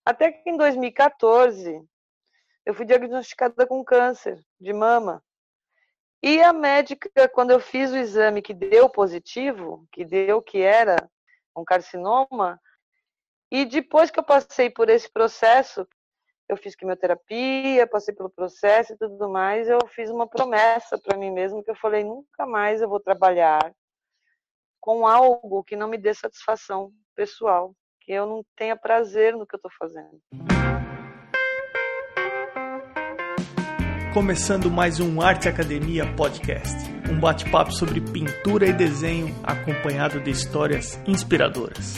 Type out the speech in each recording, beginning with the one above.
Até que em 2014, eu fui diagnosticada com câncer de mama. E a médica, quando eu fiz o exame que deu positivo, que era um carcinoma, e depois que eu passei por esse processo, eu fiz quimioterapia, passei pelo processo e tudo mais, eu fiz uma promessa para mim mesma, que eu falei, nunca mais eu vou trabalhar com algo que não me dê satisfação pessoal, que eu não tenha prazer no que eu estou fazendo. Começando mais um Arte Academia Podcast, um bate-papo sobre pintura e desenho acompanhado de histórias inspiradoras.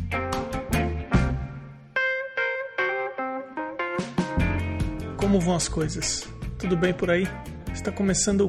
Como vão as coisas? Tudo bem por aí? Está começando o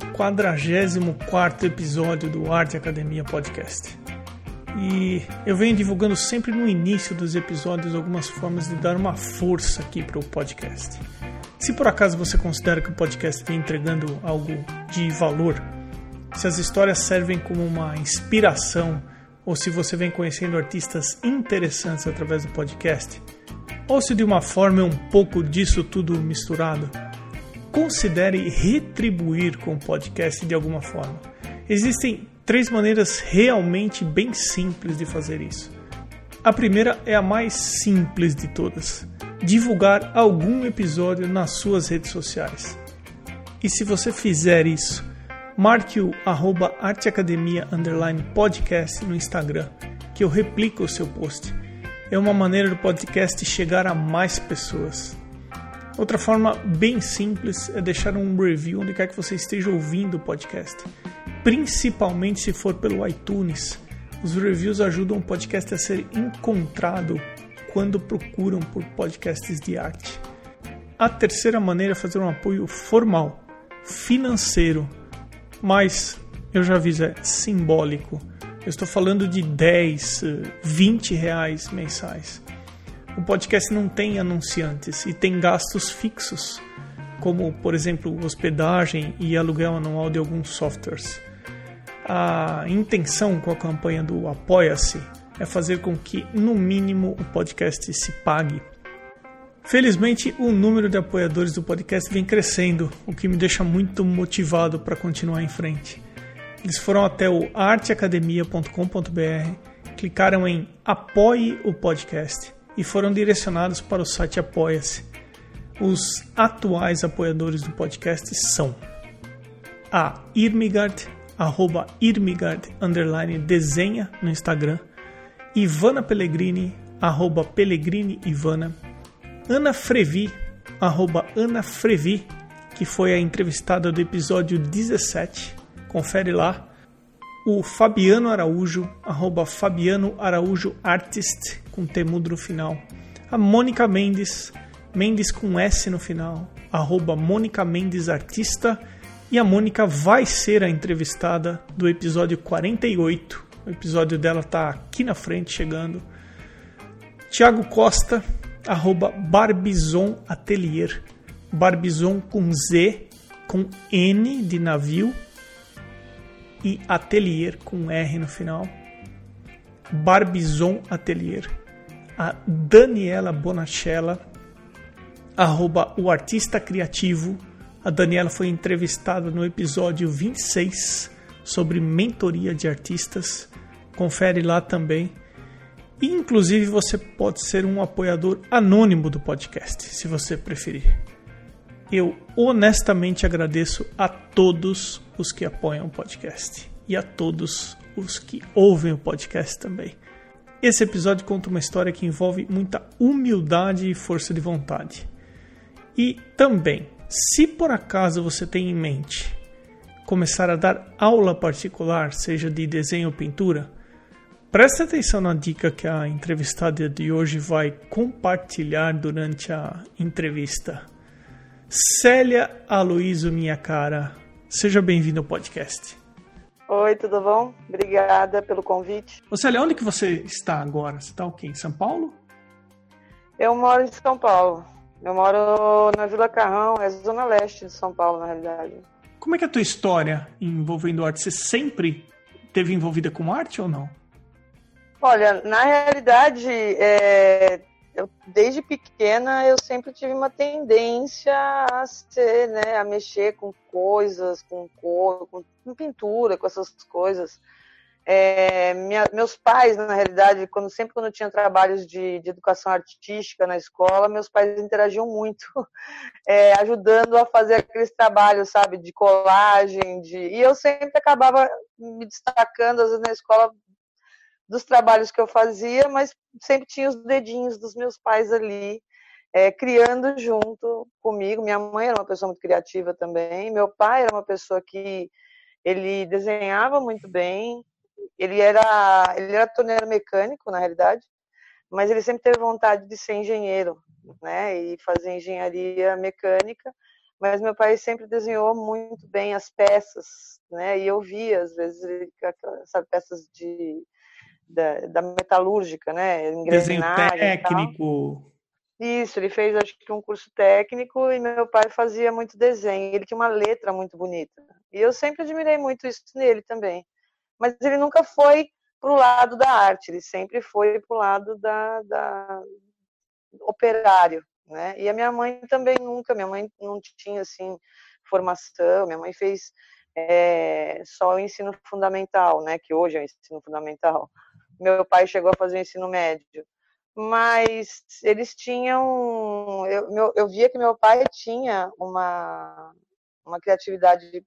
44º episódio do Arte Academia Podcast. E eu venho divulgando sempre no início dos episódios algumas formas de dar uma força aqui para o podcast. Se por acaso você considera que o podcast vem entregando algo de valor, se as histórias servem como uma inspiração, ou se você vem conhecendo artistas interessantes através do podcast, ou se de uma forma é um pouco disso tudo misturado, considere retribuir com o podcast de alguma forma. Existem 3 maneiras realmente bem simples de fazer isso. A primeira é a mais simples de todas: divulgar algum episódio nas suas redes sociais. E se você fizer isso, marque o @arteacademia_podcast no Instagram, que eu replico o seu post. É uma maneira do podcast chegar a mais pessoas. Outra forma bem simples é deixar um review onde quer que você esteja ouvindo o podcast, principalmente se for pelo iTunes. Os reviews ajudam o podcast a ser encontrado quando procuram por podcasts de arte. A terceira maneira é fazer um apoio formal, financeiro, mas eu já aviso, é simbólico. Eu estou falando de 10, 20 reais mensais. O podcast não tem anunciantes e tem gastos fixos, como, por exemplo, hospedagem e aluguel anual de alguns softwares. A intenção com a campanha do Apoia-se é fazer com que, no mínimo, o podcast se pague. Felizmente, o número de apoiadores do podcast vem crescendo, o que me deixa muito motivado para continuar em frente. Eles foram até o arteacademia.com.br, clicaram em Apoie o Podcast e foram direcionados para o site Apoia-se. Os atuais apoiadores do podcast são a Irmigard, @Irmigard_desenha no Instagram, Ivana Pellegrini, @PellegriniIvana, Ana Frevi, @AnaFrevi, que foi a entrevistada do episódio 17, confere lá, o Fabiano Araújo, @Fabiano Araújo Artist, com T mudo no final, a Mônica Mendes, Mendes com S no final, @Mônica Mendes Artista, e a Mônica vai ser a entrevistada do episódio 48. O episódio dela está aqui na frente, chegando. Thiago Costa, @Barbizon Atelier. Barbizon com Z, com N de navio, e Atelier com R no final. Barbizon Atelier. A Daniela Bonachella, @O Artista Criativo. A Daniela foi entrevistada no episódio 26 sobre mentoria de artistas. Confere lá também. E, inclusive, você pode ser um apoiador anônimo do podcast, se você preferir. Eu honestamente agradeço a todos os que apoiam o podcast e a todos os que ouvem o podcast também. Esse episódio conta uma história que envolve muita humildade e força de vontade. E também, se por acaso você tem em mente começar a dar aula particular, seja de desenho ou pintura, preste atenção na dica que a entrevistada de hoje vai compartilhar durante a entrevista. Célia Aloísio, minha cara, seja bem-vinda ao podcast. Oi, tudo bom? Obrigada pelo convite. Ô Célia, onde que você está agora? Você está o quê? Em São Paulo? Eu moro em São Paulo. Eu moro na Vila Carrão, é zona leste de São Paulo, na realidade. Como é que é a tua história envolvendo arte? Você sempre esteve envolvida com arte ou não? Olha, na realidade, desde pequena, eu sempre tive uma tendência a ser, né, a mexer com coisas, com cor, com pintura, com essas coisas. Meus pais, na realidade, sempre quando eu tinha trabalhos de educação artística na escola, meus pais interagiam muito, ajudando a fazer aqueles trabalhos, sabe, de colagem, e eu sempre acabava me destacando, às vezes, na escola, dos trabalhos que eu fazia, mas sempre tinha os dedinhos dos meus pais ali, criando junto comigo. Minha mãe era uma pessoa muito criativa também, meu pai era uma pessoa que ele desenhava muito bem, ele era torneiro mecânico, na realidade, mas ele sempre teve vontade de ser engenheiro, né, e fazer engenharia mecânica, mas meu pai sempre desenhou muito bem as peças, né, e eu via, às vezes, sabe, peças da metalúrgica, né, Desenho engrenagem e tal. técnico. Isso, ele fez, acho que um curso técnico, e meu pai fazia muito desenho, ele tinha uma letra muito bonita, e eu sempre admirei muito isso nele também. Mas ele nunca foi para o lado da arte, ele sempre foi para o lado da operário, né? E a minha mãe também nunca, minha mãe não tinha assim formação, minha mãe fez só o ensino fundamental, né? Que hoje é o ensino fundamental. Meu pai chegou a fazer o ensino médio, mas eles tinham, eu via que meu pai tinha uma criatividade,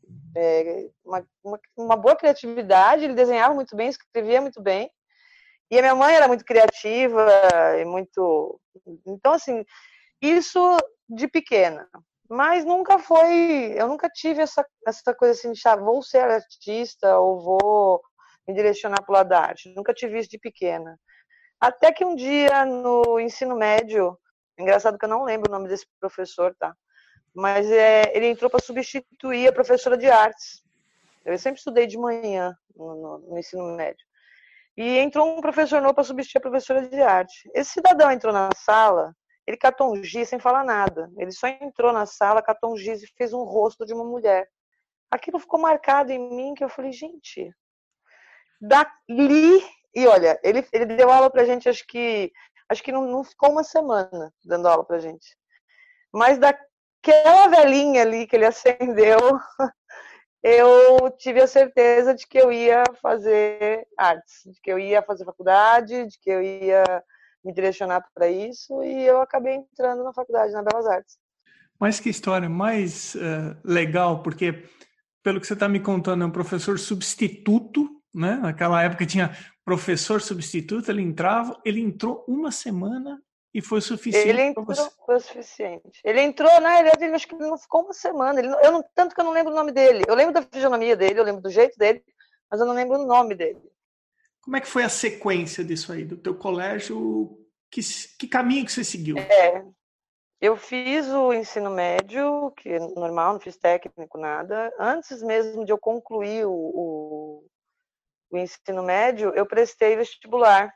uma boa criatividade, ele desenhava muito bem, escrevia muito bem, e a minha mãe era muito criativa e muito, então assim, isso de pequena, mas nunca foi, eu nunca tive essa coisa assim de vou ser artista ou vou me direcionar para o lado da arte, nunca tive isso de pequena. Até que um dia no ensino médio, engraçado que eu não lembro o nome desse professor, tá? Mas ele entrou para substituir a professora de artes. Eu sempre estudei de manhã no ensino médio. E entrou um professor novo para substituir a professora de arte. Esse cidadão entrou na sala, ele catou um giz sem falar nada. Ele só entrou na sala, catou um giz e fez um rosto de uma mulher. Aquilo ficou marcado em mim, que eu falei, gente, dali... E olha, ele deu aula pra gente, acho que não ficou uma semana dando aula pra gente. Mas daquela velhinha ali que ele acendeu, eu tive a certeza de que eu ia fazer artes, de que eu ia fazer faculdade, de que eu ia me direcionar para isso, e eu acabei entrando na faculdade, na Belas Artes. Mas que história mais legal, porque pelo que você está me contando, é um professor substituto, né? Naquela época tinha professor substituto, ele entrou uma semana e foi suficiente para você. Foi o suficiente. Ele entrou, na realidade, acho que ele não ficou uma semana. Tanto que eu não lembro o nome dele. Eu lembro da fisionomia dele, eu lembro do jeito dele, mas eu não lembro o nome dele. Como é que foi a sequência disso aí, do teu colégio? Que caminho que você seguiu? Eu fiz o ensino médio, que é normal, não fiz técnico, nada. Antes mesmo de eu concluir o ensino médio, eu prestei vestibular.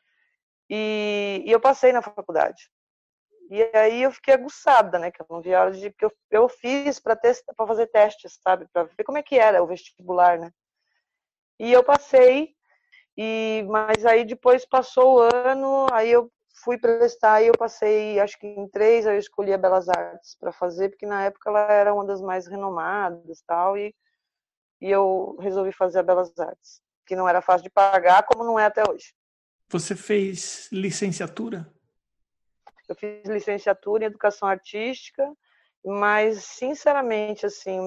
E eu passei na faculdade. E aí eu fiquei aguçada, né? Que eu não via a hora de... Porque eu fiz para fazer testes, sabe? Para ver como é que era o vestibular, né? E eu passei, mas aí depois passou o ano, aí eu fui prestar e eu passei, acho que em 3, eu escolhi a Belas Artes para fazer, porque na época ela era uma das mais renomadas tal, e eu resolvi fazer a Belas Artes, que não era fácil de pagar, como não é até hoje. Você fez licenciatura? Eu fiz licenciatura em Educação Artística, mas, sinceramente, assim,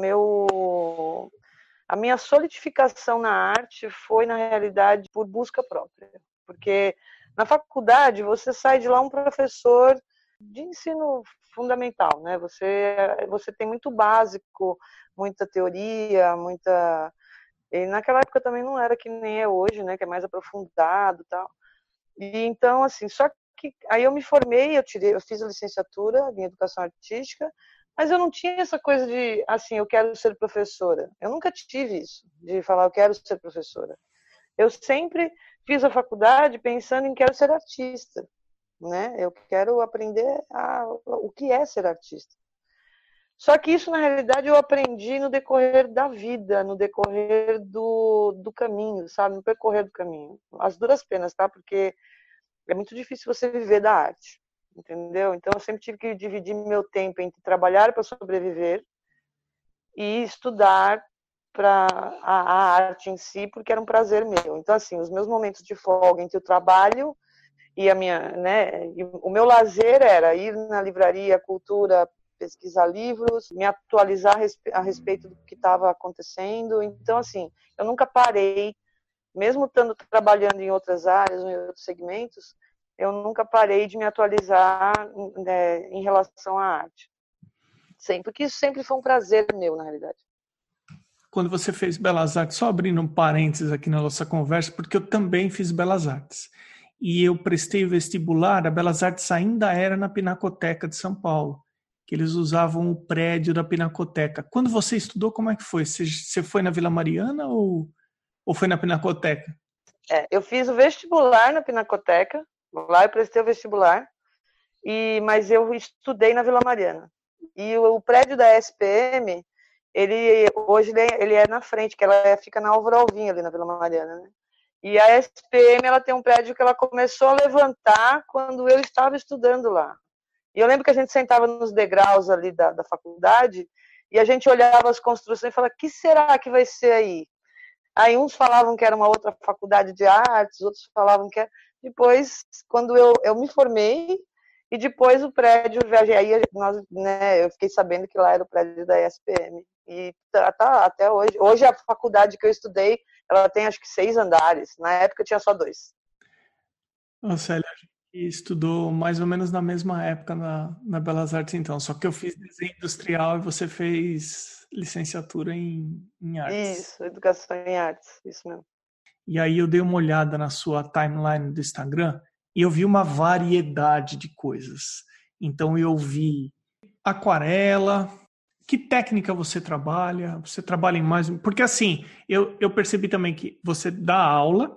a minha solidificação na arte foi, na realidade, por busca própria. Porque na faculdade você sai de lá um professor de ensino fundamental, né? Você tem muito básico, muita teoria, muita... E naquela época também não era que nem é hoje, né? Que é mais aprofundado e tal. E então, assim, só que aí eu me formei, eu fiz a licenciatura em Educação Artística, mas eu não tinha essa coisa de, assim, eu quero ser professora. Eu nunca tive isso, de falar, eu quero ser professora. Eu sempre fiz a faculdade pensando em quero ser artista, né? Eu quero aprender o que é ser artista. Só que isso, na realidade, eu aprendi no decorrer da vida, no decorrer do caminho, sabe? No percorrer do caminho. As duras penas, tá? Porque é muito difícil você viver da arte, entendeu? Então eu sempre tive que dividir meu tempo entre trabalhar para sobreviver e estudar para a arte em si, porque era um prazer meu. Então, assim, os meus momentos de folga entre o trabalho e a minha, né, e o meu lazer era ir na livraria Cultura, pesquisar livros, me atualizar a respeito do que estava acontecendo. Então, assim, eu nunca parei, mesmo estando trabalhando em outras áreas, em outros segmentos, eu nunca parei de me atualizar, né, em relação à arte. Sempre, porque isso sempre foi um prazer meu, na realidade. Quando você fez Belas Artes, só abrindo um parênteses aqui na nossa conversa, porque eu também fiz Belas Artes. E eu prestei o vestibular, a Belas Artes ainda era na Pinacoteca de São Paulo, que eles usavam o prédio da Pinacoteca. Quando você estudou, como é que foi? Você foi na Vila Mariana ou foi na Pinacoteca? Eu fiz o vestibular na Pinacoteca, lá eu prestei o vestibular, mas eu estudei na Vila Mariana. E o prédio da SPM, hoje ele é na frente, que ela fica na Álvaro Alvim, ali na Vila Mariana, né? E a SPM, ela tem um prédio que ela começou a levantar quando eu estava estudando lá. E eu lembro que a gente sentava nos degraus ali da faculdade e a gente olhava as construções e falava, o que será que vai ser aí? Aí uns falavam que era uma outra faculdade de artes, outros falavam que era... Depois, quando eu me formei, e depois o prédio, aí eu fiquei sabendo que lá era o prédio da ESPM. E tá até hoje. Hoje a faculdade que eu estudei, ela tem acho que 6 andares. Na época tinha só 2. Ô, Célia, a gente estudou mais ou menos na mesma época na Belas Artes, então. Só que eu fiz desenho industrial e você fez licenciatura em artes. Isso, educação em artes, isso mesmo. E aí eu dei uma olhada na sua timeline do Instagram e eu vi uma variedade de coisas. Então eu vi aquarela. Que técnica você trabalha? Você trabalha em mais... Porque assim, eu percebi também que você dá aula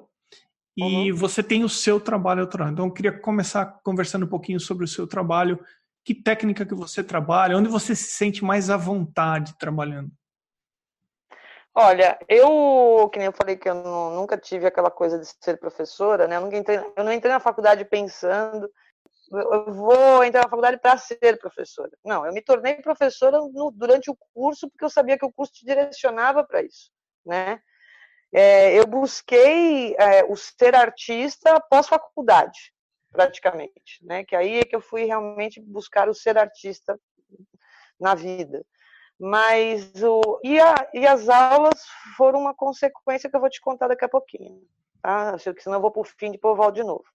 e você tem o seu trabalho autoral. Então eu queria começar conversando um pouquinho sobre o seu trabalho. Que técnica que você trabalha? Onde você se sente mais à vontade trabalhando? Olha, que nem eu falei que eu nunca tive aquela coisa de ser professora, né? Eu não entrei na faculdade pensando, eu vou entrar na faculdade para ser professora. Não, eu me tornei professora durante o curso, porque eu sabia que o curso te direcionava para isso, né? Eu busquei o ser artista pós-faculdade, praticamente, né? Que aí é que eu fui realmente buscar o ser artista na vida. Mas as aulas foram uma consequência que eu vou te contar daqui a pouquinho. Tá? Senão eu vou para o fim de eu volto de novo.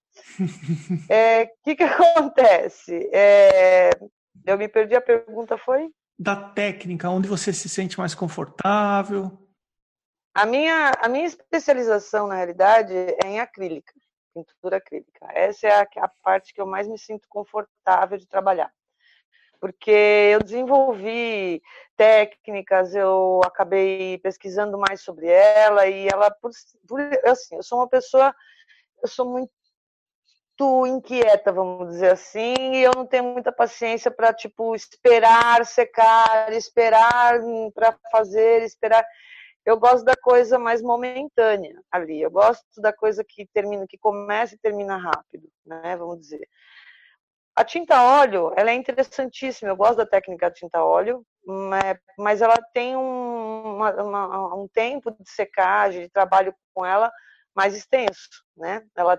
Que acontece? Eu me perdi, a pergunta foi? Da técnica, onde você se sente mais confortável? A minha especialização, na realidade, é em acrílica, pintura acrílica. Essa é a parte que eu mais me sinto confortável de trabalhar. Porque eu desenvolvi técnicas, eu acabei pesquisando mais sobre ela e ela, assim, eu sou muito inquieta, vamos dizer assim, e eu não tenho muita paciência para esperar secar, esperar para fazer, esperar. Eu gosto da coisa mais momentânea ali. Eu gosto da coisa que começa e termina rápido, né? Vamos dizer. A tinta óleo, ela é interessantíssima. Eu gosto da técnica de tinta óleo, mas ela tem um tempo de secagem, de trabalho com ela mais extenso, né? Ela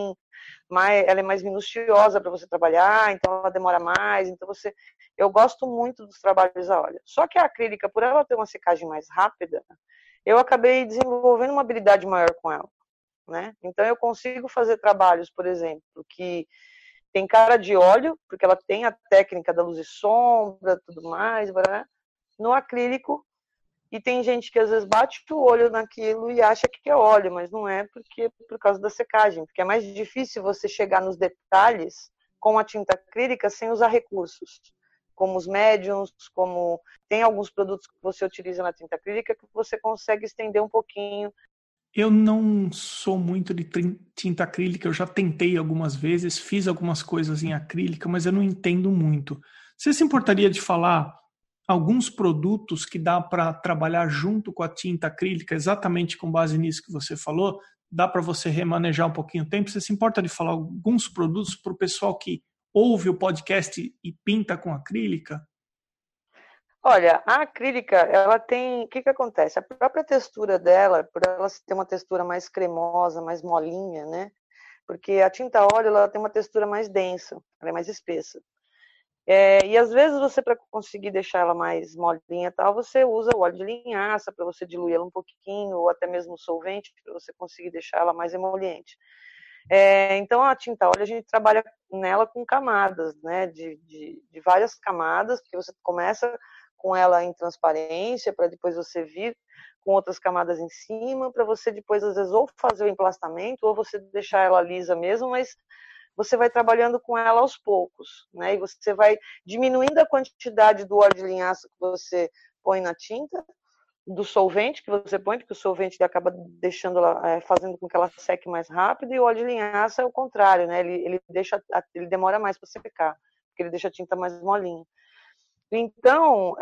é mais minuciosa para você trabalhar, então ela demora mais. Eu gosto muito dos trabalhos a óleo. Só que a acrílica, por ela ter uma secagem mais rápida, eu acabei desenvolvendo uma habilidade maior com ela, né? Então eu consigo fazer trabalhos, por exemplo, que tem cara de óleo, porque ela tem a técnica da luz e sombra, tudo mais, no acrílico. E tem gente que às vezes bate o olho naquilo e acha que é óleo, mas não é, por causa da secagem. Porque é mais difícil você chegar nos detalhes com a tinta acrílica sem usar recursos, como os médiums, como tem alguns produtos que você utiliza na tinta acrílica que você consegue estender um pouquinho. Eu não sou muito de tinta acrílica, eu já tentei algumas vezes, fiz algumas coisas em acrílica, mas eu não entendo muito. Você se importaria de falar alguns produtos que dá para trabalhar junto com a tinta acrílica, exatamente com base nisso que você falou? dá para você remanejar um pouquinho o tempo. Você se importa de falar alguns produtos para o pessoal que ouve o podcast e pinta com acrílica? Olha, a acrílica, ela tem. O que que acontece? A própria textura dela, por ela ter uma textura mais cremosa, mais molinha, né? Porque a tinta óleo ela tem uma textura mais densa, ela é mais espessa. E às vezes você, para conseguir deixar ela mais molinha e tal, você usa o óleo de linhaça para você diluir ela um pouquinho, ou até mesmo solvente para você conseguir deixar ela mais emoliente. Então a tinta óleo a gente trabalha nela com camadas, né? De várias camadas, porque você começa com ela em transparência, para depois você vir com outras camadas em cima, para você depois às vezes ou fazer o emplastamento, ou você deixar ela lisa mesmo, mas você vai trabalhando com ela aos poucos, né? E você vai diminuindo a quantidade do óleo de linhaça que você põe na tinta, do solvente que você põe, porque o solvente acaba deixando ela, fazendo com que ela seque mais rápido, e o óleo de linhaça é o contrário, né? Ele demora mais para secar, porque ele deixa a tinta mais molinha. Então,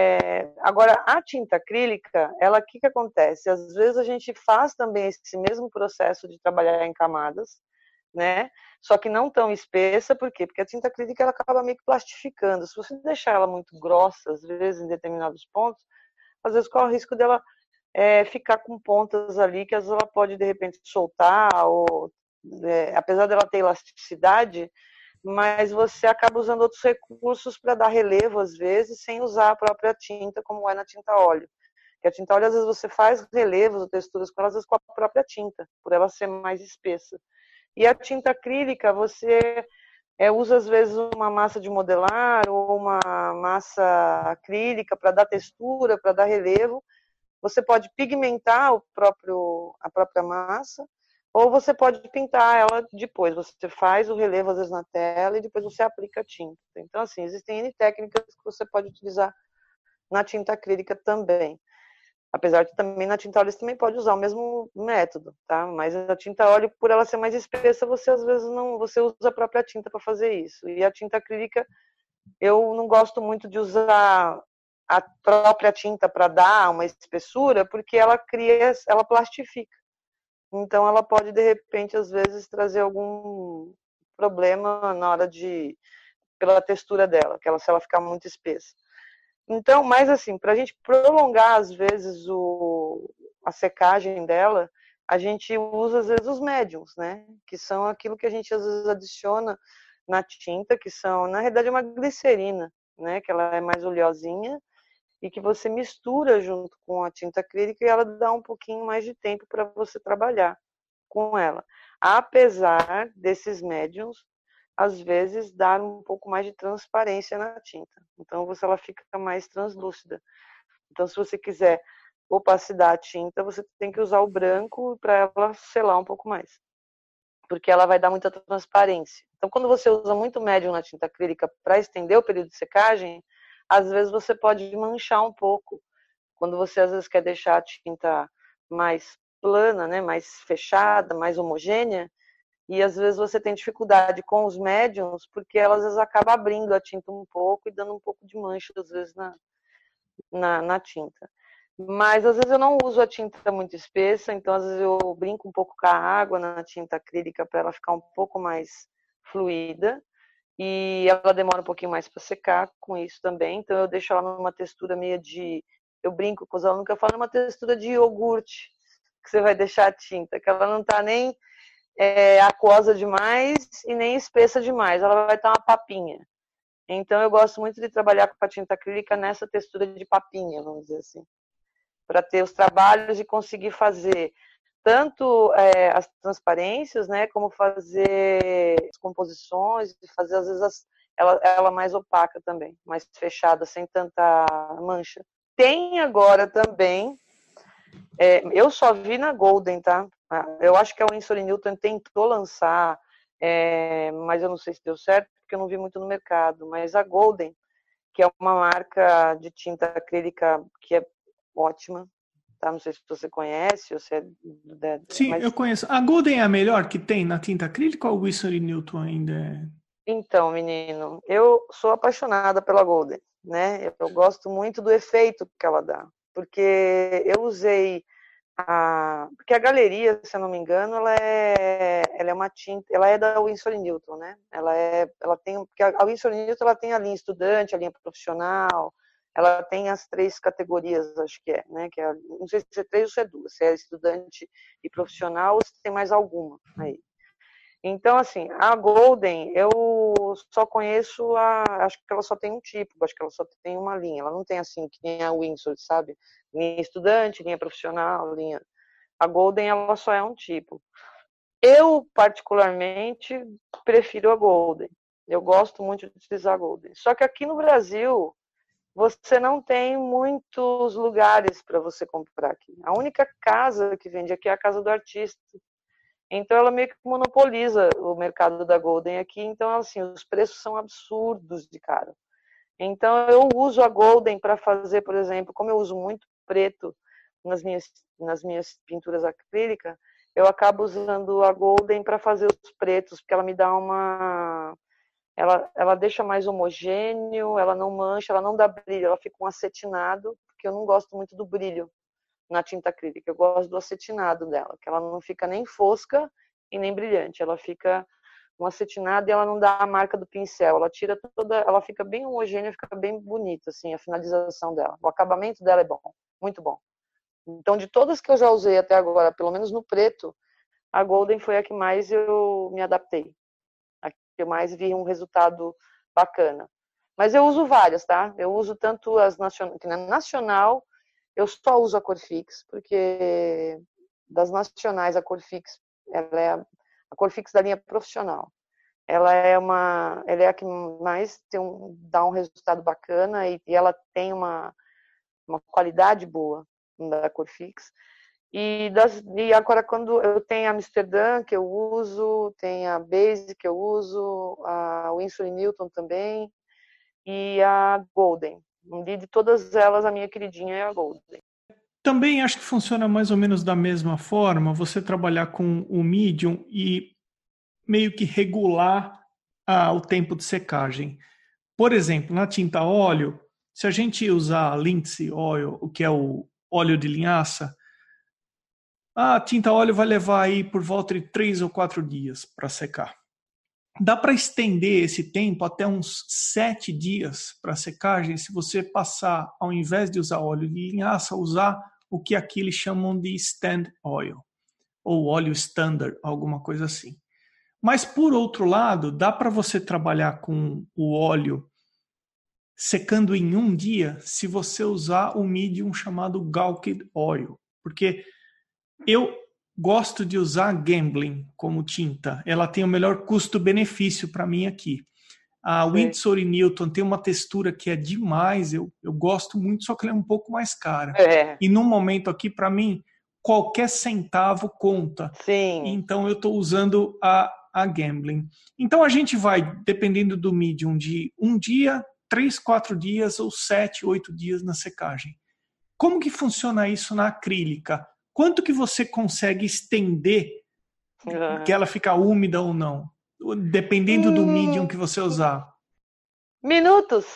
agora a tinta acrílica, ela, o que que acontece? Às vezes a gente faz também esse mesmo processo de trabalhar em camadas, né? Só que não tão espessa, por quê? Porque a tinta acrílica ela acaba meio que plastificando. Se você deixar ela muito grossa, às vezes em determinados pontos, às vezes corre o risco dela ficar com pontas ali que às vezes ela pode de repente soltar, ou apesar dela ter elasticidade, mas você acaba usando outros recursos para dar relevo às vezes, sem usar a própria tinta, como é na tinta óleo. Porque a tinta óleo às vezes você faz relevos ou texturas com ela, às vezes com a própria tinta, por ela ser mais espessa. E a tinta acrílica, você usa às vezes uma massa de modelar ou uma massa acrílica para dar textura, para dar relevo. Você pode pigmentar a própria massa, ou você pode pintar ela depois. Você faz o relevo às vezes na tela e depois você aplica a tinta. Então, assim, existem N técnicas que você pode utilizar na tinta acrílica também. Apesar de também na tinta óleo você também pode usar o mesmo método, tá? Mas a tinta óleo, por ela ser mais espessa, você às vezes não, você usa a própria tinta para fazer isso. E a tinta acrílica, eu não gosto muito de usar a própria tinta para dar uma espessura, porque ela plastifica. Então ela pode de repente às vezes trazer algum problema na hora pela textura dela, se ela ficar muito espessa. Então, mas assim, para a gente prolongar às vezes a secagem dela, a gente usa às vezes os médiums, né? Que são aquilo que a gente às vezes adiciona na tinta, que são, na realidade, uma glicerina, né? Que ela é mais oleosinha e que você mistura junto com a tinta acrílica e ela dá um pouquinho mais de tempo para você trabalhar com ela. Apesar desses médiums às vezes dar um pouco mais de transparência na tinta. Então ela fica mais translúcida. Então se você quiser opacidar a tinta, você tem que usar o branco para ela selar um pouco mais, porque ela vai dar muita transparência. Então quando você usa muito médium na tinta acrílica para estender o período de secagem, às vezes você pode manchar um pouco. Quando você às vezes quer deixar a tinta mais plana, né, mais fechada, mais homogênea, e às vezes você tem dificuldade com os médiums, porque elas às vezes acabam abrindo a tinta um pouco e dando um pouco de mancha, às vezes, na tinta. Mas às vezes eu não uso a tinta muito espessa, então às vezes eu brinco um pouco com a água na tinta acrílica para ela ficar um pouco mais fluida. E ela demora um pouquinho mais para secar com isso também, então eu deixo ela numa textura meio eu brinco com os alunos que eu falo numa textura de iogurte, que você vai deixar a tinta, que ela não está nem aquosa demais e nem espessa demais, ela vai estar uma papinha. Então eu gosto muito de trabalhar com a tinta acrílica nessa textura de papinha, vamos dizer assim, para ter os trabalhos e conseguir fazer tanto as transparências, né, como fazer as composições e fazer às vezes ela mais opaca também, mais fechada, sem tanta mancha. Tem agora também, eu só vi na Golden, tá? Eu acho que a Winsor & Newton tentou lançar, mas eu não sei se deu certo, porque eu não vi muito no mercado. Mas a Golden, que é uma marca de tinta acrílica que é ótima, tá? Não sei se você conhece ou se é... Sim, eu conheço. A Golden é a melhor que tem na tinta acrílica ou a Winsor & Newton ainda é? Então, menino, eu sou apaixonada pela Golden, né? Eu gosto muito do efeito que ela dá, porque eu usei Porque a galeria, se eu não me engano, ela é uma tinta, ela é da Winsor & Newton, né? Ela tem, porque a Winsor & Newton ela tem a linha estudante, a linha profissional, ela tem as 3 categorias, acho que é, né? Que é, não sei se é 3 ou se é 2, se é estudante e profissional ou se tem mais alguma aí. Então, assim, a Golden, eu só conheço acho que ela só tem um tipo, acho que ela só tem uma linha, ela não tem assim, que nem a Winsor, sabe? Linha estudante, linha profissional, linha... A Golden, ela só é um tipo. Eu, particularmente, prefiro a Golden. Eu gosto muito de utilizar a Golden. Só que aqui no Brasil, você não tem muitos lugares para você comprar aqui. A única casa que vende aqui é a Casa do Artista. Então, ela meio que monopoliza o mercado da Golden aqui. Então, assim, os preços são absurdos de caro. Então, eu uso a Golden para fazer, por exemplo, como eu uso muito preto nas minhas pinturas acrílicas, eu acabo usando a Golden para fazer os pretos, porque ela me dá ela deixa mais homogêneo, ela não mancha, ela não dá brilho, ela fica um acetinado, porque eu não gosto muito do brilho na tinta acrílica, eu gosto do acetinado dela, que ela não fica nem fosca e nem brilhante, ela fica um acetinado e ela não dá a marca do pincel, ela tira toda, ela fica bem homogênea, fica bem bonita, assim, a finalização dela, o acabamento dela é bom, muito bom. Então, de todas que eu já usei até agora, pelo menos no preto, a Golden foi a que mais eu me adaptei, a que eu mais vi um resultado bacana. Mas eu uso várias, tá? Eu uso tanto as nacional, eu só uso a Corfix, porque das nacionais a Corfix, ela é a Corfix da linha profissional. Ela é a que mais dá um resultado bacana e ela tem uma qualidade boa da Corfix. E agora, quando eu tenho a Amsterdã, que eu uso, tem a Base, que eu uso, a Winsor & Newton também, e a Golden. De todas elas, a minha queridinha é a Golden. Também acho que funciona mais ou menos da mesma forma, você trabalhar com o medium e meio que regular o tempo de secagem. Por exemplo, na tinta óleo, se a gente usar linseed oil, o que é o óleo de linhaça, a tinta óleo vai levar aí por volta de 3 ou 4 dias para secar. Dá para estender esse tempo até uns 7 dias para secagem se você passar, ao invés de usar óleo de linhaça, usar o que aqui eles chamam de stand oil, ou óleo standard, alguma coisa assim. Mas, por outro lado, dá para você trabalhar com o óleo secando em um dia se você usar o medium chamado Galkyd Oil. Porque eu gosto de usar Gambling como tinta. Ela tem o melhor custo-benefício para mim aqui. A Winsor & Newton tem uma textura que é demais, eu gosto muito, só que ela é um pouco mais cara. E no momento aqui, para mim, qualquer centavo conta. Sim. Então eu estou usando a Gambling. Então a gente vai, dependendo do medium, de um dia, 3, 4 dias ou 7, 8 dias na secagem. Como que funciona isso na acrílica? Quanto que você consegue estender que ela fica úmida ou não? Dependendo do medium que você usar. Minutos.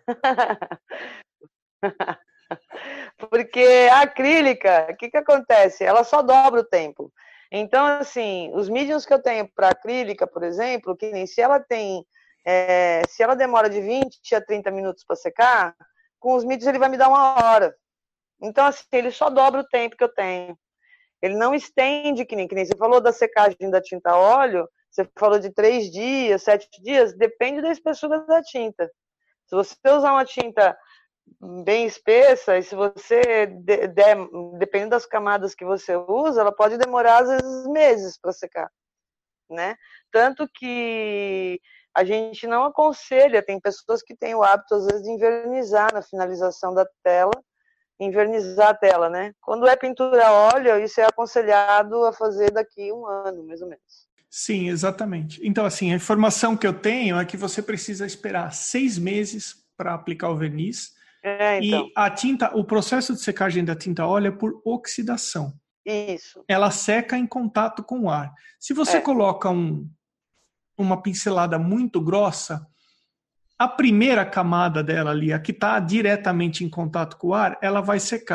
Porque a acrílica, o que acontece? Ela só dobra o tempo. Então, assim, os mediums que eu tenho para acrílica, por exemplo, que nem se ela tem, se ela demora de 20 a 30 minutos para secar, com os mediums ele vai me dar 1 hora. Então, assim, ele só dobra o tempo que eu tenho. Ele não estende, que nem você falou da secagem da tinta óleo, você falou de 3 dias, 7 dias, depende da espessura da tinta. Se você usar uma tinta bem espessa, e se você dependendo das camadas que você usa, ela pode demorar às vezes meses para secar, né? Tanto que a gente não aconselha, tem pessoas que têm o hábito às vezes de invernizar na finalização da tela, invernizar a tela, né? Quando é pintura a óleo, isso é aconselhado a fazer daqui 1 ano, mais ou menos. Sim, exatamente. Então, assim, a informação que eu tenho é que você precisa esperar 6 meses para aplicar o verniz. Então. E a tinta, o processo de secagem da tinta óleo é por oxidação. Isso. Ela seca em contato com o ar. Se você coloca uma pincelada muito grossa, a primeira camada dela ali, a que está diretamente em contato com o ar, ela vai secar.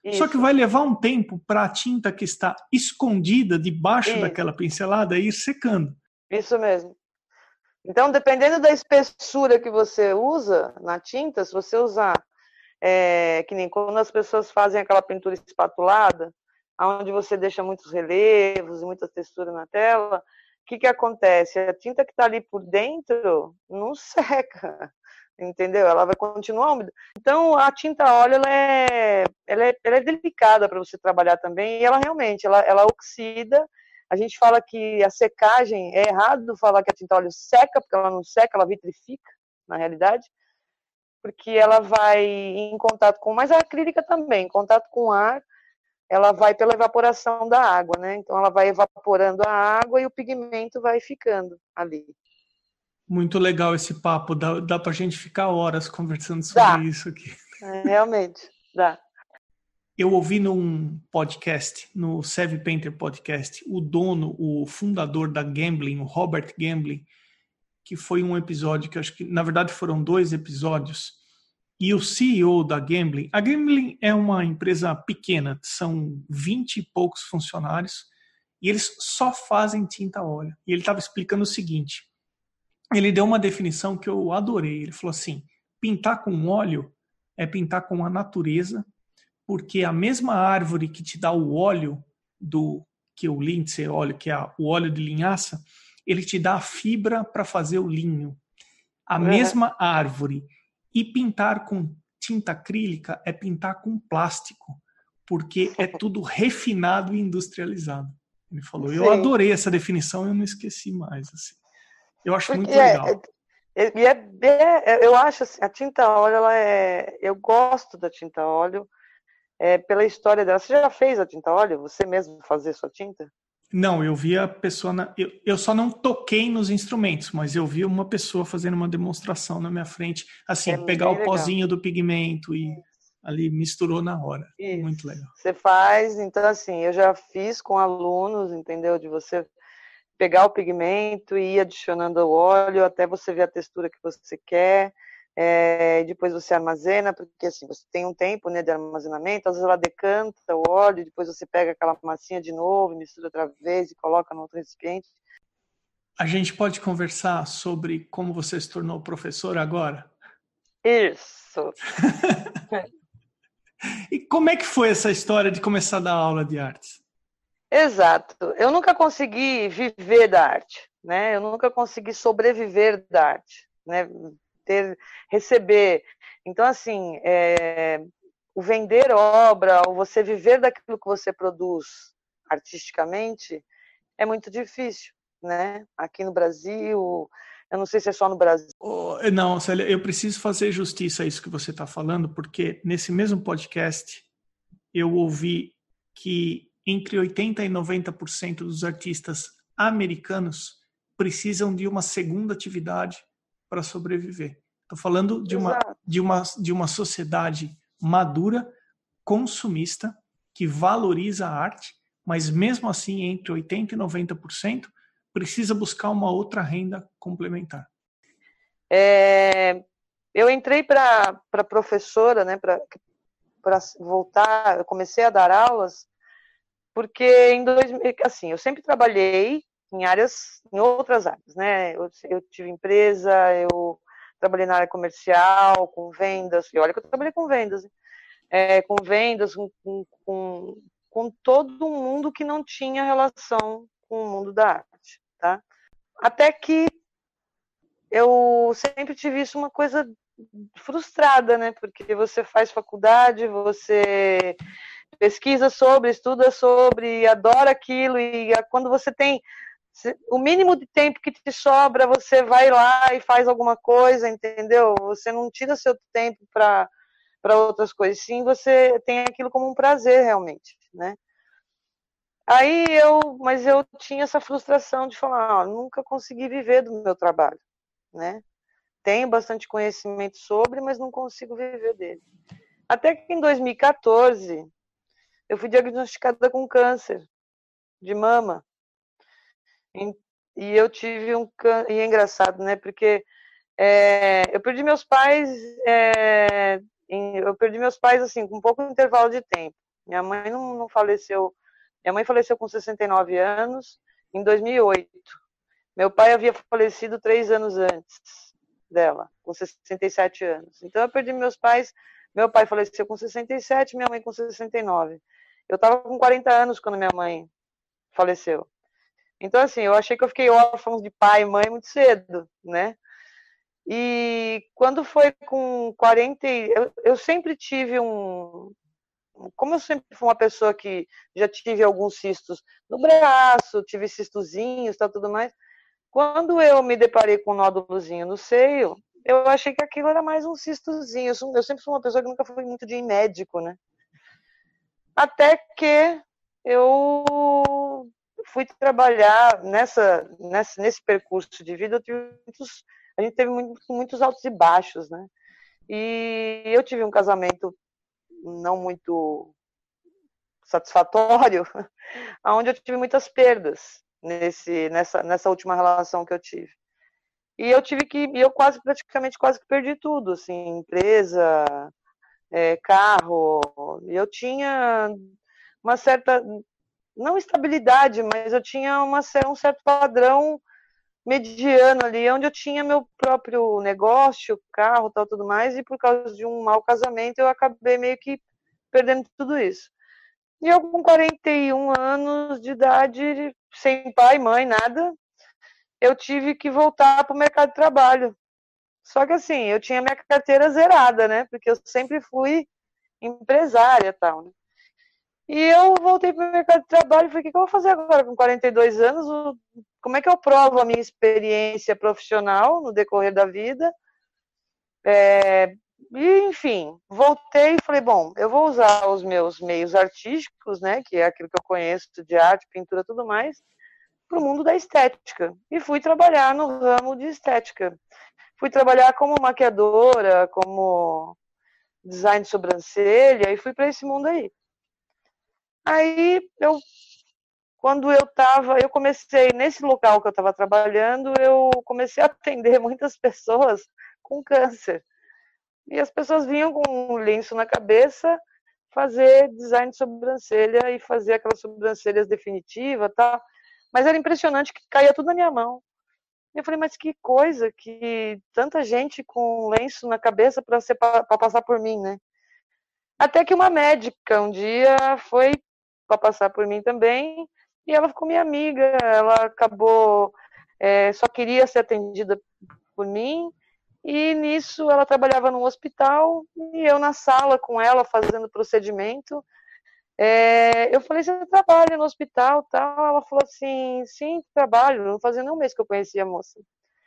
Só que vai levar um tempo para a tinta que está escondida debaixo daquela pincelada ir secando. Isso mesmo. Então, dependendo da espessura que você usa na tinta, se você usar, que nem quando as pessoas fazem aquela pintura espatulada, onde você deixa muitos relevos e muita textura na tela, o que acontece? A tinta que está ali por dentro não seca, entendeu? Ela vai continuar úmida. Então, a tinta óleo ela é delicada para você trabalhar também, e ela realmente ela oxida. A gente fala que a secagem, é errado falar que a tinta óleo seca, porque ela não seca, ela vitrifica, na realidade, porque ela vai em contato com, mas a acrílica também, em contato com o ar, ela vai pela evaporação da água, né? Então ela vai evaporando a água e o pigmento vai ficando ali. Muito legal esse papo, dá pra gente ficar horas conversando sobre isso aqui. Realmente, dá. Eu ouvi num podcast, no Savvy Painter Podcast, o fundador da Gambling, o Robert Gambling, que foi um episódio que eu acho que, na verdade, foram 2 episódios, e o CEO da Gambling, a Gambling é uma empresa pequena, são 20 e poucos funcionários, e eles só fazem tinta a óleo. E ele estava explicando o seguinte, ele deu uma definição que eu adorei, ele falou assim, pintar com óleo é pintar com a natureza, porque a mesma árvore que te dá o óleo que o linseed óleo, que é o óleo de linhaça, ele te dá a fibra para fazer o linho. A mesma árvore. E pintar com tinta acrílica é pintar com plástico, porque é tudo refinado e industrializado. Ele falou. Sim. Eu adorei essa definição e eu não esqueci mais. Assim. Eu acho porque muito legal. Eu acho assim, a tinta óleo, eu gosto da tinta óleo pela história dela. Você já fez a tinta óleo? Você mesmo fazer sua tinta? Não, eu vi a pessoa... Eu só não toquei nos instrumentos, mas eu vi uma pessoa fazendo uma demonstração na minha frente, assim, pegar o pozinho do pigmento e ali misturou na hora. Isso. Muito legal. Você faz, então assim, eu já fiz com alunos, entendeu? De você pegar o pigmento e ir adicionando o óleo até você ver a textura que você quer. Depois você armazena, porque assim, você tem um tempo, né, de armazenamento, às vezes ela decanta o óleo, depois você pega aquela massinha de novo, mistura outra vez e coloca no outro recipiente. A gente pode conversar sobre como você se tornou professor agora? Isso! E como é que foi essa história de começar a dar aula de artes? Exato. Eu nunca consegui viver da arte, né? Eu nunca consegui sobreviver da arte, né? Receber. Então, assim, o vender obra, ou você viver daquilo que você produz artisticamente, é muito difícil, né? Aqui no Brasil, eu não sei se é só no Brasil. Não, Célia, eu preciso fazer justiça a isso que você está falando, porque nesse mesmo podcast eu ouvi que entre 80% e 90% dos artistas americanos precisam de uma segunda atividade para sobreviver. Estou falando de uma sociedade madura, consumista, que valoriza a arte, mas mesmo assim, entre 80% e 90%, precisa buscar uma outra renda complementar. Eu entrei para professora, né, para voltar, eu comecei a dar aulas, porque assim, eu sempre trabalhei em outras áreas, né? Eu tive empresa, eu trabalhei na área comercial, com vendas, e olha que eu trabalhei com vendas, com todo mundo que não tinha relação com o mundo da arte, tá? Até que eu sempre tive isso uma coisa frustrada, né? Porque você faz faculdade, você pesquisa sobre, estuda sobre, adora aquilo, e quando você tem o mínimo de tempo que te sobra, você vai lá e faz alguma coisa, entendeu? Você não tira seu tempo para outras coisas, sim, você tem aquilo como um prazer realmente, né? Mas eu tinha essa frustração de falar, nunca consegui viver do meu trabalho, né? Tenho bastante conhecimento sobre, mas não consigo viver dele. Até que em 2014, eu fui diagnosticada com câncer de mama. E eu tive e é engraçado, né? Porque eu perdi meus pais, assim, com pouco intervalo de tempo, Minha mãe não faleceu. Minha mãe faleceu com 69 anos, em 2008. Meu pai havia falecido 3 anos antes dela, com 67 anos. Então eu perdi meus pais. Meu pai faleceu com 67, minha mãe com 69. Eu estava com 40 anos quando minha mãe faleceu. Então, assim, eu achei que eu fiquei órfã de pai e mãe muito cedo, né? E quando foi com 40, eu sempre tive como eu sempre fui uma pessoa que já tive alguns cistos no braço, tive cistozinhos e tudo mais, quando eu me deparei com um nódulozinho no seio, eu achei que aquilo era mais um cistozinho. Eu sempre fui uma pessoa que nunca fui muito de ir em médico, né? Até que eu fui trabalhar nesse percurso de vida, a gente teve muitos altos e baixos, né? E eu tive um casamento não muito satisfatório, onde eu tive muitas perdas nessa última relação que eu tive. E eu praticamente quase que perdi tudo, assim, empresa, carro. E eu tinha uma certa, não estabilidade, mas eu tinha um certo padrão mediano ali, onde eu tinha meu próprio negócio, carro, tal, tudo mais, e por causa de um mau casamento eu acabei meio que perdendo tudo isso. E eu com 41 anos de idade, sem pai, mãe, nada, eu tive que voltar para o mercado de trabalho. Só que assim, eu tinha minha carteira zerada, né? Porque eu sempre fui empresária e tal, né? E eu voltei para o mercado de trabalho e falei, o que eu vou fazer agora com 42 anos? Como é que eu provo a minha experiência profissional no decorrer da vida? E, enfim, voltei e falei, bom, eu vou usar os meus meios artísticos, né, que é aquilo que eu conheço de arte, pintura, tudo mais, para o mundo da estética. E fui trabalhar no ramo de estética. Fui trabalhar como maquiadora, como design de sobrancelha, e fui para esse mundo aí. Aí, eu comecei, nesse local que eu estava trabalhando, eu comecei a atender muitas pessoas com câncer. E as pessoas vinham com um lenço na cabeça fazer design de sobrancelha e fazer aquelas sobrancelhas definitivas, tá? Mas era impressionante que caía tudo na minha mão. Eu falei, mas que coisa, que tanta gente com lenço na cabeça para passar por mim, né? Até que uma médica um dia foi para passar por mim também e ela ficou minha amiga. Ela acabou, só queria ser atendida por mim. E nisso ela trabalhava num hospital e eu na sala com ela fazendo procedimento. Eu falei, você trabalha no hospital, tal? Ela falou assim, sim, trabalho. Não fazia nem um mês que eu conhecia a moça.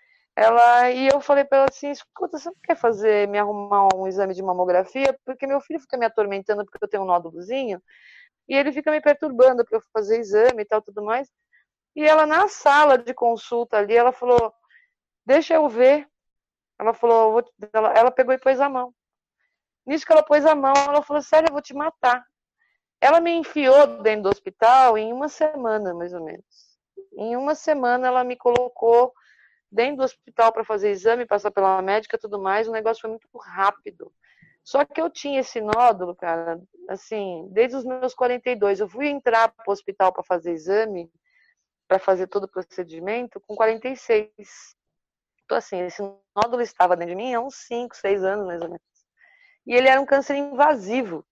E eu falei para ela assim, escuta, você não quer me arrumar um exame de mamografia? Porque meu filho fica me atormentando porque eu tenho um nódulozinho e ele fica me perturbando para eu fazer exame e tal, tudo mais. E ela na sala de consulta ali, ela falou, deixa eu ver. Ela falou, ela pegou e pôs a mão. Nisso que ela pôs a mão, ela falou, sério, eu vou te matar. Ela me enfiou dentro do hospital em uma semana, mais ou menos. Em uma semana ela me colocou dentro do hospital para fazer exame, passar pela médica e tudo mais. O negócio foi muito rápido. Só que eu tinha esse nódulo, cara, assim, desde os meus 42. Eu fui entrar para o hospital para fazer exame, para fazer todo o procedimento, com 46. Então, assim, esse nódulo estava dentro de mim há uns 5, 6 anos, mais ou menos. E ele era um câncer invasivo.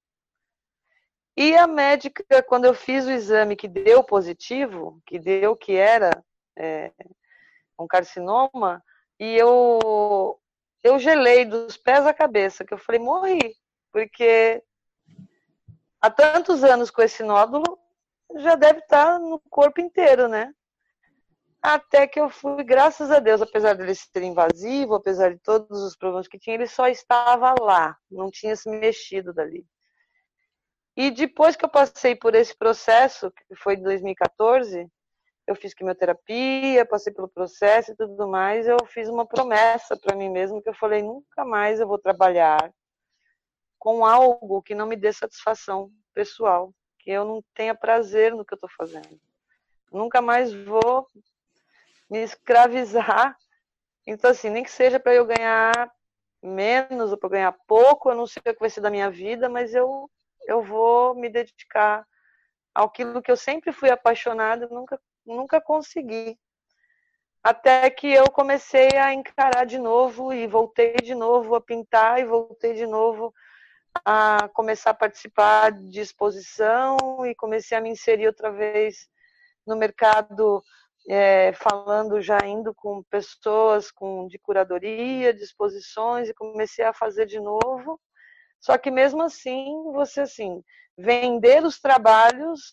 E a médica, quando eu fiz o exame que deu positivo, que era um carcinoma, e eu gelei dos pés à cabeça, que eu falei, morri, porque há tantos anos com esse nódulo, já deve estar no corpo inteiro, né? Até que eu fui, graças a Deus, apesar dele ser invasivo, apesar de todos os problemas que tinha, ele só estava lá, não tinha se mexido dali. E depois que eu passei por esse processo, que foi em 2014, eu fiz quimioterapia, passei pelo processo e tudo mais, eu fiz uma promessa para mim mesma que eu falei, nunca mais eu vou trabalhar com algo que não me dê satisfação pessoal, que eu não tenha prazer no que eu estou fazendo. Nunca mais vou me escravizar. Então, assim, nem que seja para eu ganhar menos ou para ganhar pouco, eu não sei o que vai ser da minha vida, mas eu eu vou me dedicar àquilo que eu sempre fui apaixonada e nunca consegui. Até que eu comecei a encarar de novo e voltei de novo a pintar e voltei de novo a começar a participar de exposição e comecei a me inserir outra vez no mercado, falando, já indo com pessoas de curadoria, de exposições, e comecei a fazer de novo. Só que mesmo assim, vender os trabalhos,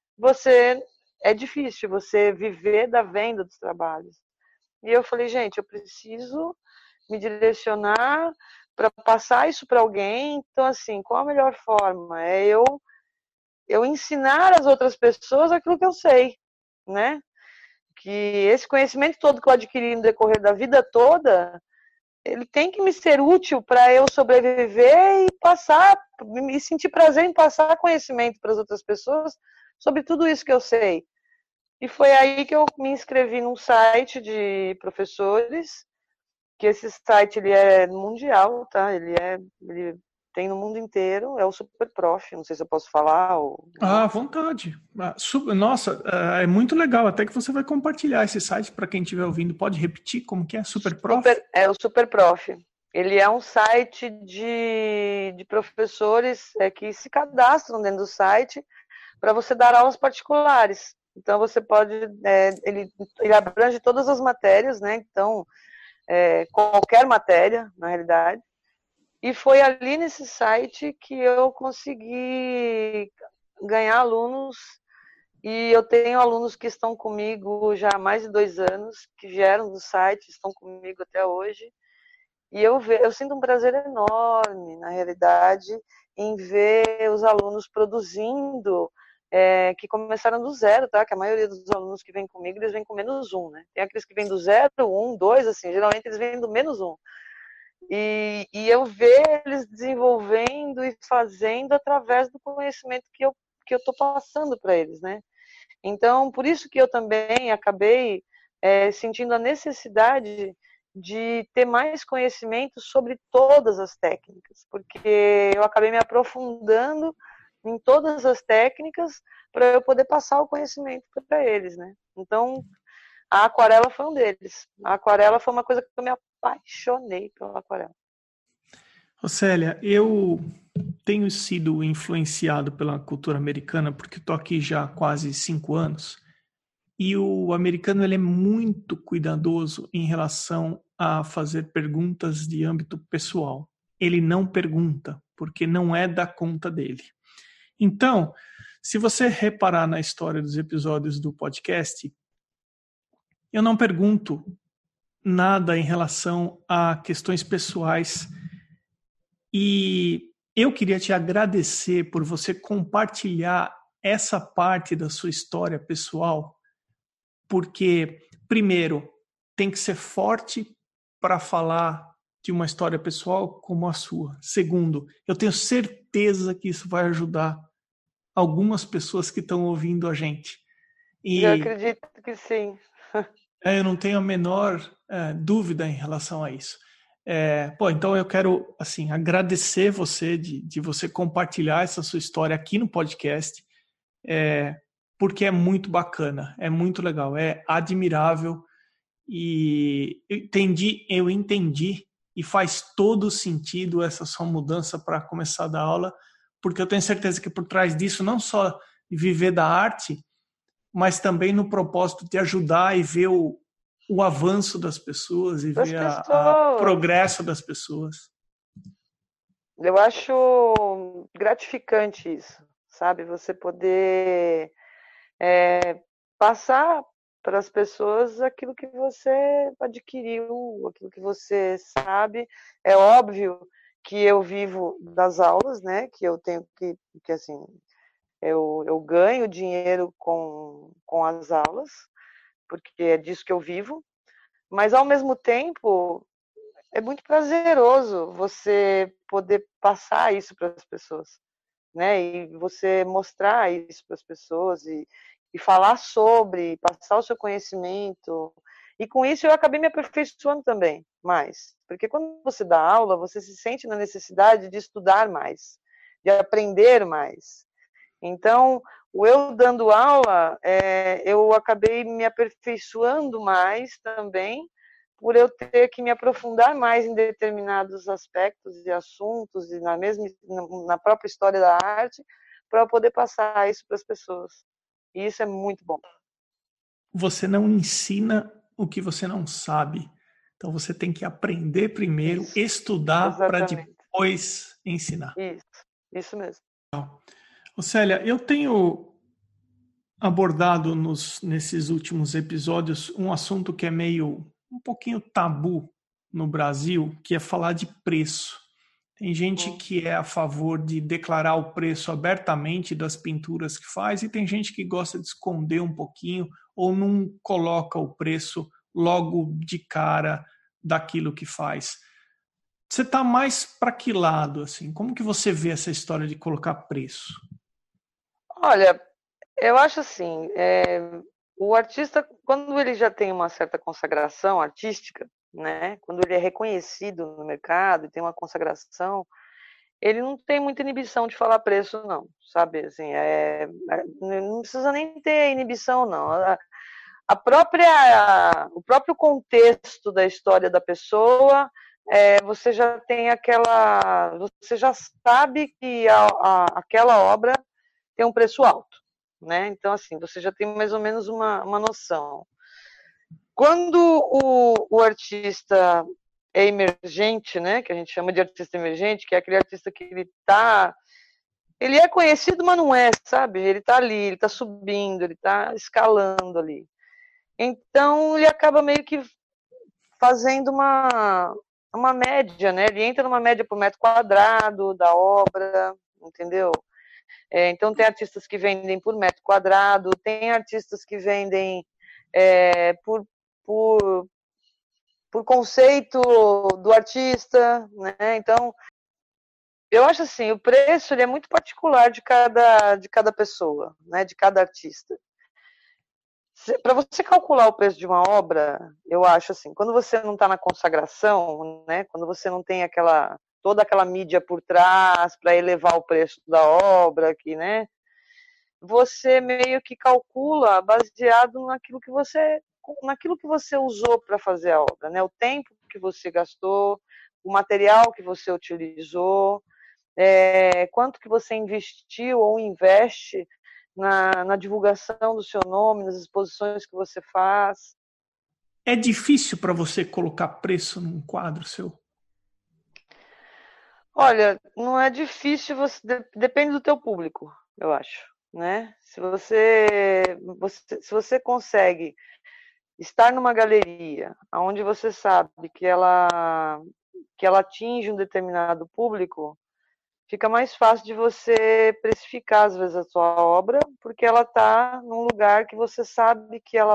é difícil você viver da venda dos trabalhos. E eu falei, gente, eu preciso me direcionar para passar isso para alguém. Então, assim, qual a melhor forma? É eu ensinar as outras pessoas aquilo que eu sei, né? Que esse conhecimento todo que eu adquiri no decorrer da vida toda, ele tem que me ser útil para eu sobreviver e passar, me sentir prazer em passar conhecimento para as outras pessoas sobre tudo isso que eu sei. E foi aí que eu me inscrevi num site de professores, que esse site ele é mundial, tá? Ele tem no mundo inteiro, é o SuperProf, não sei se eu posso falar. À vontade. Nossa, é muito legal. Até que você vai compartilhar esse site para quem estiver ouvindo. Pode repetir como que é? SuperProf? É o SuperProf. Ele é um site de professores que se cadastram dentro do site para você dar aulas particulares. Então você pode, ele abrange todas as matérias, né? Então, qualquer matéria, na realidade. E foi ali nesse site que eu consegui ganhar alunos. E eu tenho alunos que estão comigo já há mais de 2 anos, que vieram do site, estão comigo até hoje. E eu sinto um prazer enorme, na realidade, em ver os alunos produzindo, que começaram do zero, tá? Que a maioria dos alunos que vem comigo, eles vêm com -1, né? Tem aqueles que vêm do 0, 1, 2, assim, geralmente eles vêm do -1. E eu ver eles desenvolvendo e fazendo através do conhecimento que eu estou passando para eles, né? Então, por isso que eu também acabei sentindo a necessidade de ter mais conhecimento sobre todas as técnicas, porque eu acabei me aprofundando em todas as técnicas para eu poder passar o conhecimento para eles, né? Então, a aquarela foi um deles. A aquarela foi uma coisa que eu me apaixonei pela aquarela. Ô Célia, eu tenho sido influenciado pela cultura americana porque estou aqui já há quase 5 anos e o americano ele é muito cuidadoso em relação a fazer perguntas de âmbito pessoal. Ele não pergunta porque não é da conta dele. Então, se você reparar na história dos episódios do podcast, eu não pergunto nada em relação a questões pessoais. E eu queria te agradecer por você compartilhar essa parte da sua história pessoal, porque, primeiro, tem que ser forte para falar de uma história pessoal como a sua. Segundo, eu tenho certeza que isso vai ajudar algumas pessoas que estão ouvindo a gente. Eu acredito que sim. Eu não tenho a menor dúvida em relação a isso. Então eu quero assim agradecer você de você compartilhar essa sua história aqui no podcast, porque é muito bacana, é muito legal, é admirável e eu entendi e faz todo sentido essa sua mudança para começar a dar aula, porque eu tenho certeza que por trás disso não só viver da arte, mas também no propósito de ajudar e ver o avanço das pessoas e ver o progresso das pessoas. Eu acho gratificante isso, sabe? Você poder passar para as pessoas aquilo que você adquiriu, aquilo que você sabe. É óbvio que eu vivo das aulas, né? Que eu tenho que assim, eu ganho dinheiro com as aulas, porque é disso que eu vivo. Mas, ao mesmo tempo, é muito prazeroso você poder passar isso para as pessoas, né? E você mostrar isso para as pessoas e falar sobre, passar o seu conhecimento. E com isso eu acabei me aperfeiçoando também mais. Porque quando você dá aula, você se sente na necessidade de estudar mais, de aprender mais. Então, o eu dando aula, eu acabei me aperfeiçoando mais também, por eu ter que me aprofundar mais em determinados aspectos e assuntos, e na própria história da arte, para poder passar isso para as pessoas. E isso é muito bom. Você não ensina o que você não sabe. Então você tem que aprender primeiro, Isso, estudar para exatamente. depois ensinar. Isso mesmo. Ô Célia, eu tenho abordado nesses últimos episódios um assunto que é meio um pouquinho tabu no Brasil, que é falar de preço. Tem gente que é a favor de declarar o preço abertamente das pinturas que faz e tem gente que gosta de esconder um pouquinho ou não coloca o preço logo de cara daquilo que faz. Você está mais para que lado, assim? Como que você vê essa história de colocar preço? Olha, eu acho assim, o artista, quando ele já tem uma certa consagração artística, né, quando ele é reconhecido no mercado e tem uma consagração, ele não tem muita inibição de falar preço, não, sabe? Assim, não precisa nem ter inibição, não. O próprio contexto da história da pessoa, você já tem você já sabe que aquela obra tem um preço alto, né? Então, assim, você já tem mais ou menos uma noção. Quando o artista é emergente, né, que a gente chama de artista emergente, que é aquele artista que ele é conhecido, mas não é, sabe? Ele está ali, ele está subindo, ele está escalando ali. Então, ele acaba meio que fazendo uma média, né? Ele entra numa média por metro quadrado da obra, entendeu? Então, tem artistas que vendem por metro quadrado, tem artistas que vendem por, por, por conceito do artista, né? Então, eu acho assim, o preço ele é muito particular de cada pessoa, né? De cada artista. Para você calcular o preço de uma obra, eu acho assim, quando você não está na consagração, né? Quando você não tem toda aquela mídia por trás para elevar o preço da obra, que, né? Você meio que calcula baseado naquilo que você usou para fazer a obra, né? O tempo que você gastou, o material que você utilizou, quanto que você investiu ou investe na divulgação do seu nome, nas exposições que você faz. É difícil para você colocar preço num quadro seu? Olha, não é difícil, depende do teu público, eu acho, né? Se você consegue estar numa galeria onde você sabe que ela atinge um determinado público, fica mais fácil de você precificar, às vezes, a sua obra, porque ela está num lugar que você sabe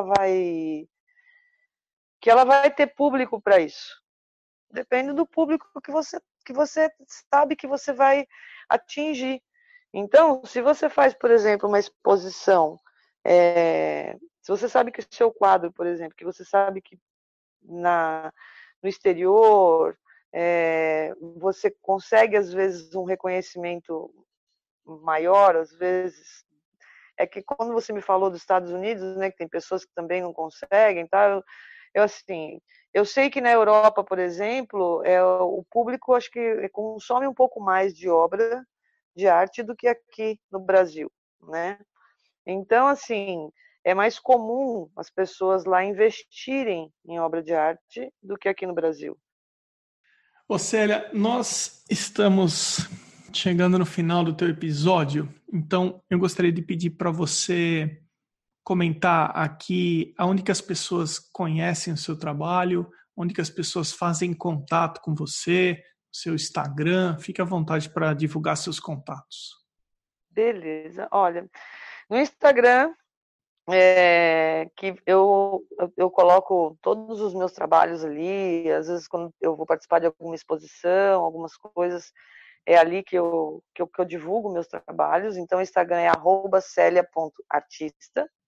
que ela vai ter público para isso. Depende do público que você sabe que você vai atingir. Então, se você faz, por exemplo, uma exposição, se você sabe que o seu quadro, por exemplo, que você sabe que no exterior, você consegue, às vezes, um reconhecimento maior, às vezes. É que quando você me falou dos Estados Unidos, né, que tem pessoas que também não conseguem, tá? Assim, eu sei que na Europa, por exemplo, o público acho que consome um pouco mais de obra de arte do que aqui no Brasil, né? Então, assim, é mais comum as pessoas lá investirem em obra de arte do que aqui no Brasil. Ô Célia, nós estamos chegando no final do teu episódio, então eu gostaria de pedir para você comentar aqui aonde que as pessoas conhecem o seu trabalho, onde que as pessoas fazem contato com você, seu Instagram, fique à vontade para divulgar seus contatos. Beleza. Olha, no Instagram, que eu coloco todos os meus trabalhos ali, às vezes quando eu vou participar de alguma exposição, algumas coisas, é ali que eu divulgo meus trabalhos. Então, o Instagram é @celia.artista.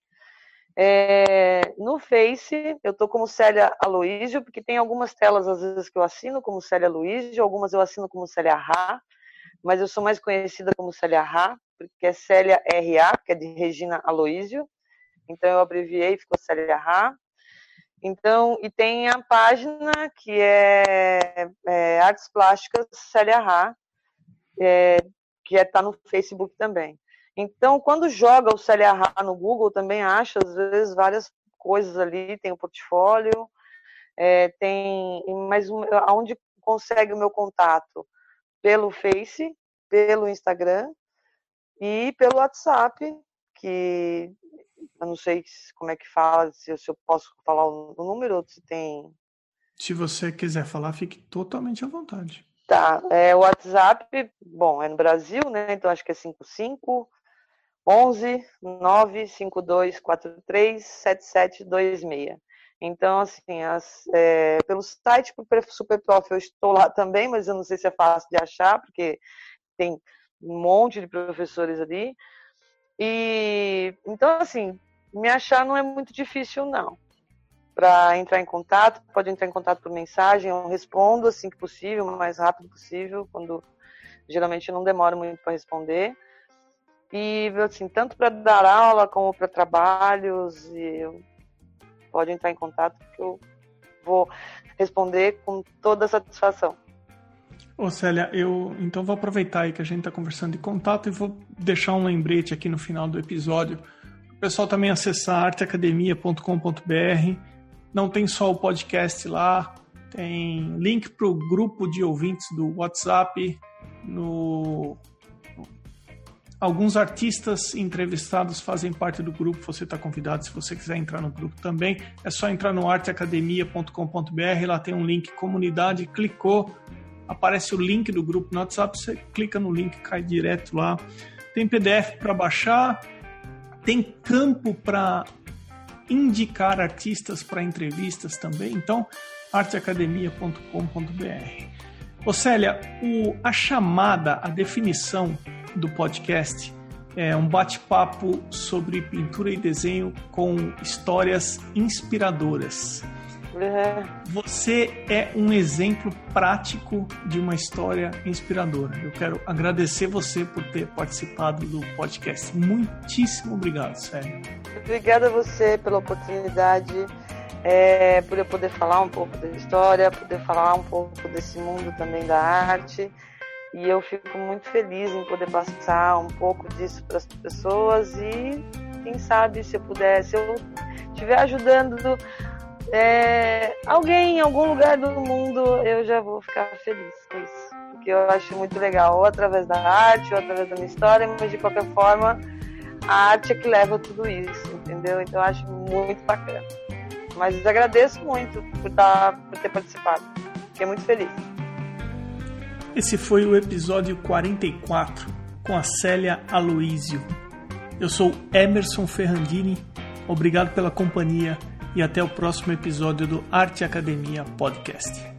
No Face, eu tô como Célia Aloísio, porque tem algumas telas, às vezes, que eu assino como Célia Aloísio, algumas eu assino como Célia Rá, mas eu sou mais conhecida como Célia Ra, porque é Célia R.A., que é de Regina Aloísio. Então eu abreviei e ficou Célia Ra. Então, e tem a página que é Artes Plásticas Célia Ra, que está no Facebook também. Então, quando joga o Célia Ra no Google, também acha, às vezes, várias coisas ali, tem o portfólio, mas onde consegue o meu contato? Pelo Face, pelo Instagram e pelo WhatsApp, que eu não sei como é que fala, se eu posso falar o número ou se tem... Se você quiser falar, fique totalmente à vontade. Tá, o WhatsApp, bom, é no Brasil, né? Então acho que é 55 11 952 43 7726. Então, assim, pelo site do Superprof eu estou lá também, mas eu não sei se é fácil de achar, porque tem um monte de professores ali. E então, assim, me achar não é muito difícil, não. Para entrar em contato, pode entrar em contato por mensagem, eu respondo assim que possível, o mais rápido possível, quando geralmente não demora muito para responder. E, assim, tanto para dar aula como para trabalhos, pode entrar em contato que eu vou responder com toda a satisfação. Ô Célia, eu então vou aproveitar aí que a gente está conversando de contato e vou deixar um lembrete aqui no final do episódio. O pessoal também acessar arteacademia.com.br. Não tem só o podcast lá, tem link para o grupo de ouvintes do WhatsApp, alguns artistas entrevistados fazem parte do grupo, você está convidado se você quiser entrar no grupo também. É só entrar no arteacademia.com.br, lá tem um link comunidade, clicou, aparece o link do grupo no WhatsApp, você clica no link, cai direto lá. Tem PDF para baixar, tem campo para indicar artistas para entrevistas também, então arteacademia.com.br. Ô Célia, a chamada, a definição do podcast é um bate-papo sobre pintura e desenho com histórias inspiradoras. Você é um exemplo prático de uma história inspiradora. Eu quero agradecer você por ter participado do podcast. Muitíssimo obrigado, Célia. Obrigada a você pela oportunidade, por eu poder falar um pouco da história, poder falar um pouco desse mundo também da arte. E eu fico muito feliz em poder passar um pouco disso para as pessoas e, quem sabe, se eu estiver ajudando alguém em algum lugar do mundo, eu já vou ficar feliz com isso. Porque eu acho muito legal, ou através da arte, ou através da minha história, mas de qualquer forma, a arte é que leva tudo isso, entendeu? Então eu acho muito bacana. Mas eu agradeço muito por ter participado. Fiquei muito feliz. Esse foi o episódio 44 com a Célia Aloísio. Eu sou Emerson Ferrandini, obrigado pela companhia e até o próximo episódio do Arte Academia Podcast.